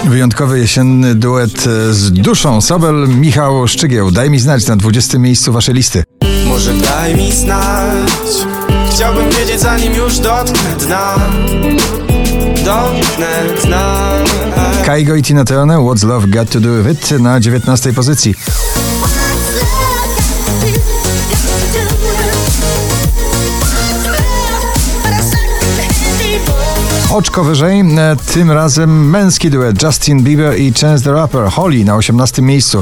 Wyjątkowy jesienny duet z Duszą Sobel, Michał Szczygieł. Daj mi znać na 20. miejscu waszej listy. Może daj mi znać, chciałbym wiedzieć zanim już dotknę dna. Kaigo i Tina Turner, What's Love Got To Do With It na 19. pozycji. Oczko wyżej, tym razem męski duet Justin Bieber i Chance the Rapper, Holly na 18. miejscu.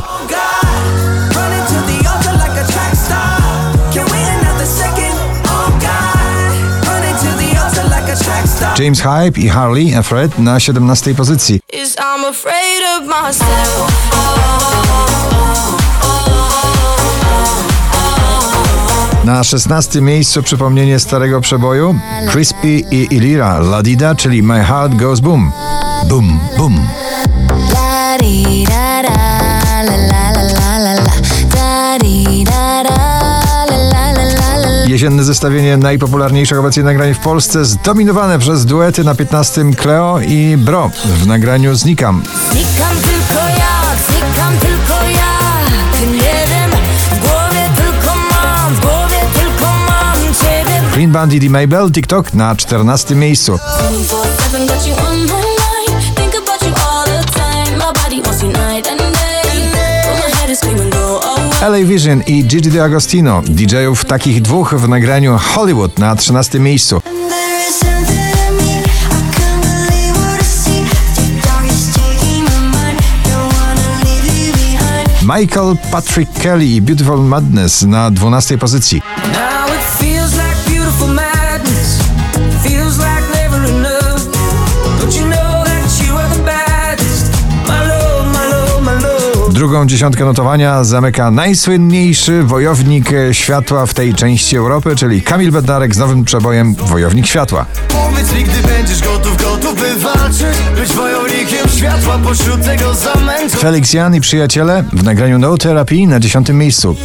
James Hype i Harley Afraid na 17. pozycji. Na 16. miejscu przypomnienie starego przeboju Crispy i Ilira La Dida, czyli My Heart Goes Boom. Boom, boom. Jesienne zestawienie najpopularniejszych obecnie nagrań w Polsce, zdominowane przez duety na 15. Cleo i Bro w nagraniu Znikam. Znikam tylko jak, nie wiem, w głowie tylko mam ciebie. Clean Bandit i Mabel, TikTok na 14. miejscu. LA Vision i Gigi D'Agostino, DJ-ów takich dwóch w nagraniu Hollywood na 13. miejscu. Michael Patrick Kelly i Beautiful Madness na 12. pozycji. Drugą dziesiątkę notowania zamyka najsłynniejszy wojownik światła w tej części Europy, czyli Kamil Bednarek z nowym przebojem Wojownik Światła. Powiedz mi, gdy będziesz gotów by walczyć, być wojownikiem światła pośród tego zamętu. Felix Jan i Przyjaciele w nagraniu No Therapy na 10. miejscu.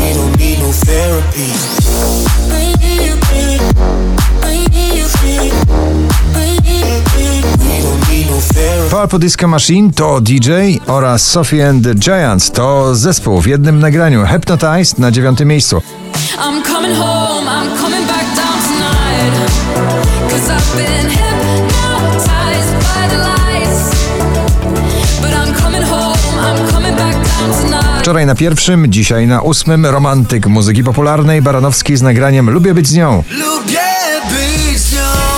Purple Disco Machine to DJ oraz Sophie and the Giants to zespół w jednym nagraniu. Hypnotized na 9. miejscu. Wczoraj na 1., dzisiaj na 8. romantyk muzyki popularnej Baranowski z nagraniem Lubię być z nią. Lubię być z nią.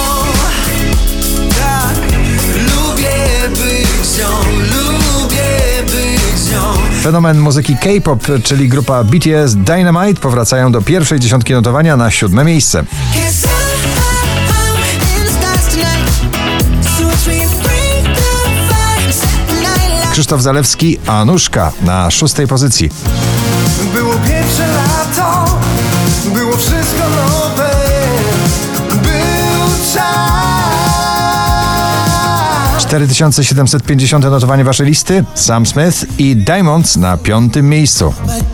Fenomen muzyki K-pop, czyli grupa BTS Dynamite, powracają do pierwszej dziesiątki notowania na 7. miejsce. Krzysztof Zalewski, Anuszka na 6. pozycji. Było pierwsze lato, było wszystko nowe, był czas. 4750 notowanie waszej listy, Sam Smith i Diamonds na 5. miejscu.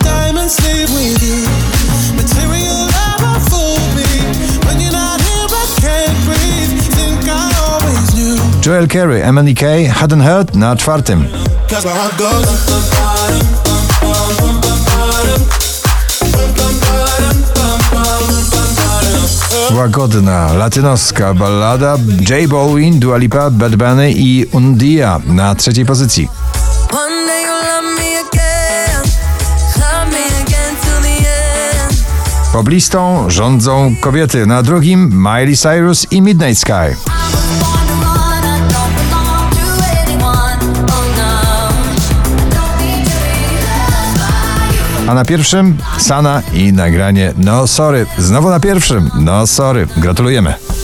Joel Corry, MNEK, Hadn't Heard na 4. Łagodna, latynoska ballada J Balvin, Dua Lipa, Bad Bunny i Undia na 3. pozycji. Poblistą rządzą kobiety na 2. Miley Cyrus i Midnight Sky. A na 1. Sana i nagranie No Sorry. Znowu na 1. No Sorry. Gratulujemy.